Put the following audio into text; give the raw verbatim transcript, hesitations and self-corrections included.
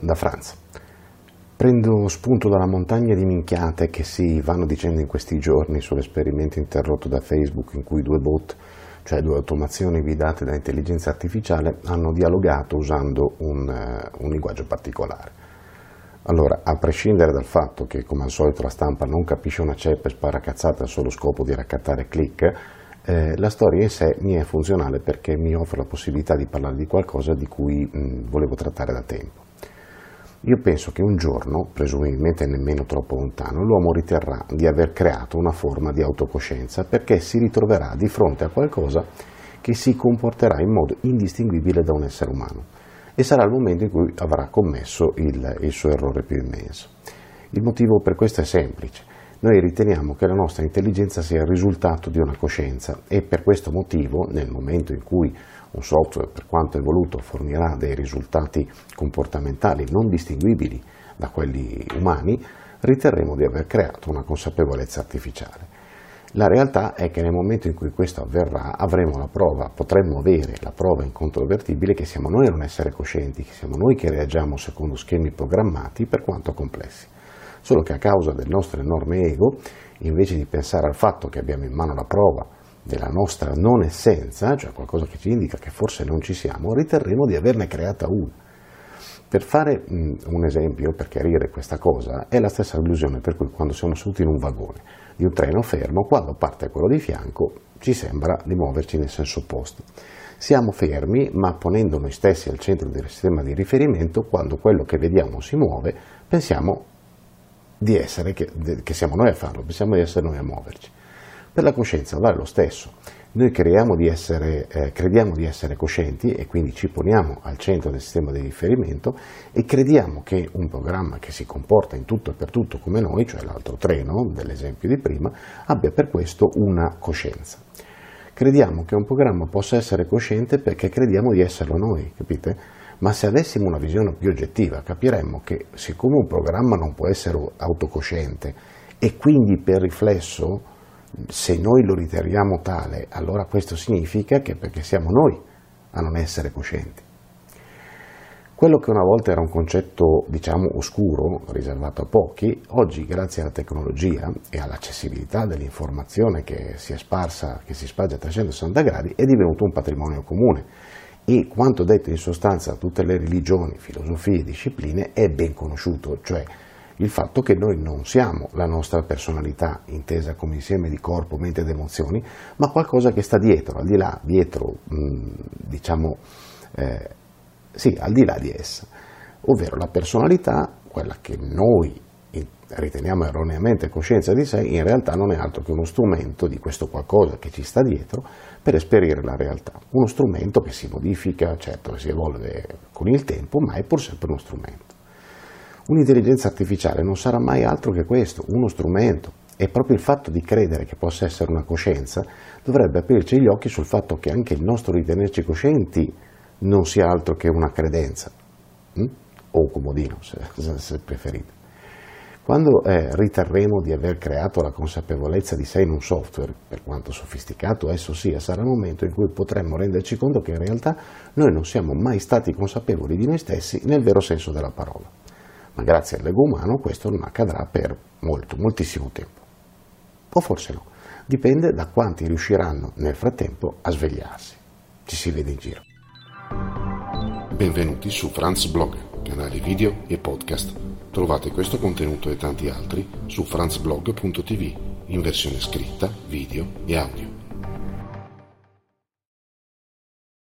da Franz. Prendo spunto dalla montagna di minchiate che si vanno dicendo in questi giorni sull'esperimento interrotto da Facebook in cui due bot, cioè due automazioni guidate da intelligenza artificiale, hanno dialogato usando un, uh, un linguaggio particolare. Allora, a prescindere dal fatto che come al solito la stampa non capisce una ceppa e spara cazzate al solo scopo di raccattare click, eh, la storia in sé mi è funzionale perché mi offre la possibilità di parlare di qualcosa di cui mh, volevo trattare da tempo. Io penso che un giorno, presumibilmente nemmeno troppo lontano, l'uomo riterrà di aver creato una forma di autocoscienza perché si ritroverà di fronte a qualcosa che si comporterà in modo indistinguibile da un essere umano e sarà il momento in cui avrà commesso il, il suo errore più immenso. Il motivo per questo è semplice. Noi riteniamo che la nostra intelligenza sia il risultato di una coscienza e per questo motivo, nel momento in cui un software, per quanto evoluto, fornirà dei risultati comportamentali non distinguibili da quelli umani, riterremo di aver creato una consapevolezza artificiale. La realtà è che nel momento in cui questo avverrà avremo la prova, potremmo avere la prova incontrovertibile che siamo noi a non essere coscienti, che siamo noi che reagiamo secondo schemi programmati per quanto complessi. Solo che a causa del nostro enorme ego, invece di pensare al fatto che abbiamo in mano la prova della nostra non essenza, cioè qualcosa che ci indica che forse non ci siamo, riterremo di averne creata una. Per fare mh, un esempio, per chiarire questa cosa, è la stessa illusione per cui quando siamo seduti in un vagone di un treno fermo, quando parte quello di fianco, ci sembra di muoverci nel senso opposto. Siamo fermi, ma ponendo noi stessi al centro del sistema di riferimento, quando quello che vediamo si muove, pensiamo di essere, che, che siamo noi a farlo, pensiamo di essere noi a muoverci. Per la coscienza vale lo stesso, noi creiamo di essere, eh, crediamo di essere coscienti e quindi ci poniamo al centro del sistema di riferimento e crediamo che un programma che si comporta in tutto e per tutto come noi, cioè l'altro treno dell'esempio di prima, abbia per questo una coscienza. Crediamo che un programma possa essere cosciente perché crediamo di esserlo noi, capite? Ma se avessimo una visione più oggettiva capiremmo che siccome un programma non può essere autocosciente e quindi per riflesso se noi lo riteniamo tale, allora questo significa che perché siamo noi a non essere coscienti. Quello che una volta era un concetto, diciamo, oscuro, riservato a pochi, oggi grazie alla tecnologia e all'accessibilità dell'informazione che si è sparsa, che si sparge a trecentosessanta gradi, è divenuto un patrimonio comune e quanto detto in sostanza da tutte le religioni, filosofie e discipline è ben conosciuto, cioè il fatto che noi non siamo la nostra personalità intesa come insieme di corpo, mente ed emozioni, ma qualcosa che sta dietro, al di là, dietro, mh, diciamo, eh, sì, al di là di essa, ovvero la personalità, quella che noi riteniamo erroneamente coscienza di sé, in realtà non è altro che uno strumento di questo qualcosa che ci sta dietro per esperire la realtà, uno strumento che si modifica, certo che si evolve con il tempo, ma è pur sempre uno strumento. Un'intelligenza artificiale non sarà mai altro che questo, uno strumento, e proprio il fatto di credere che possa essere una coscienza dovrebbe aprirci gli occhi sul fatto che anche il nostro ritenerci coscienti non sia altro che una credenza, hm? o un comodino se, se preferite. Quando eh, riterremo di aver creato la consapevolezza di sé in un software, per quanto sofisticato esso sia, sarà il momento in cui potremmo renderci conto che in realtà noi non siamo mai stati consapevoli di noi stessi nel vero senso della parola. Ma grazie all'ego umano questo non accadrà per molto, moltissimo tempo. O forse no, dipende da quanti riusciranno nel frattempo a svegliarsi. Ci si vede in giro. Benvenuti su Franz Blog, canale video e podcast. Trovate questo contenuto e tanti altri su franzblog punto tv in versione scritta, video e audio.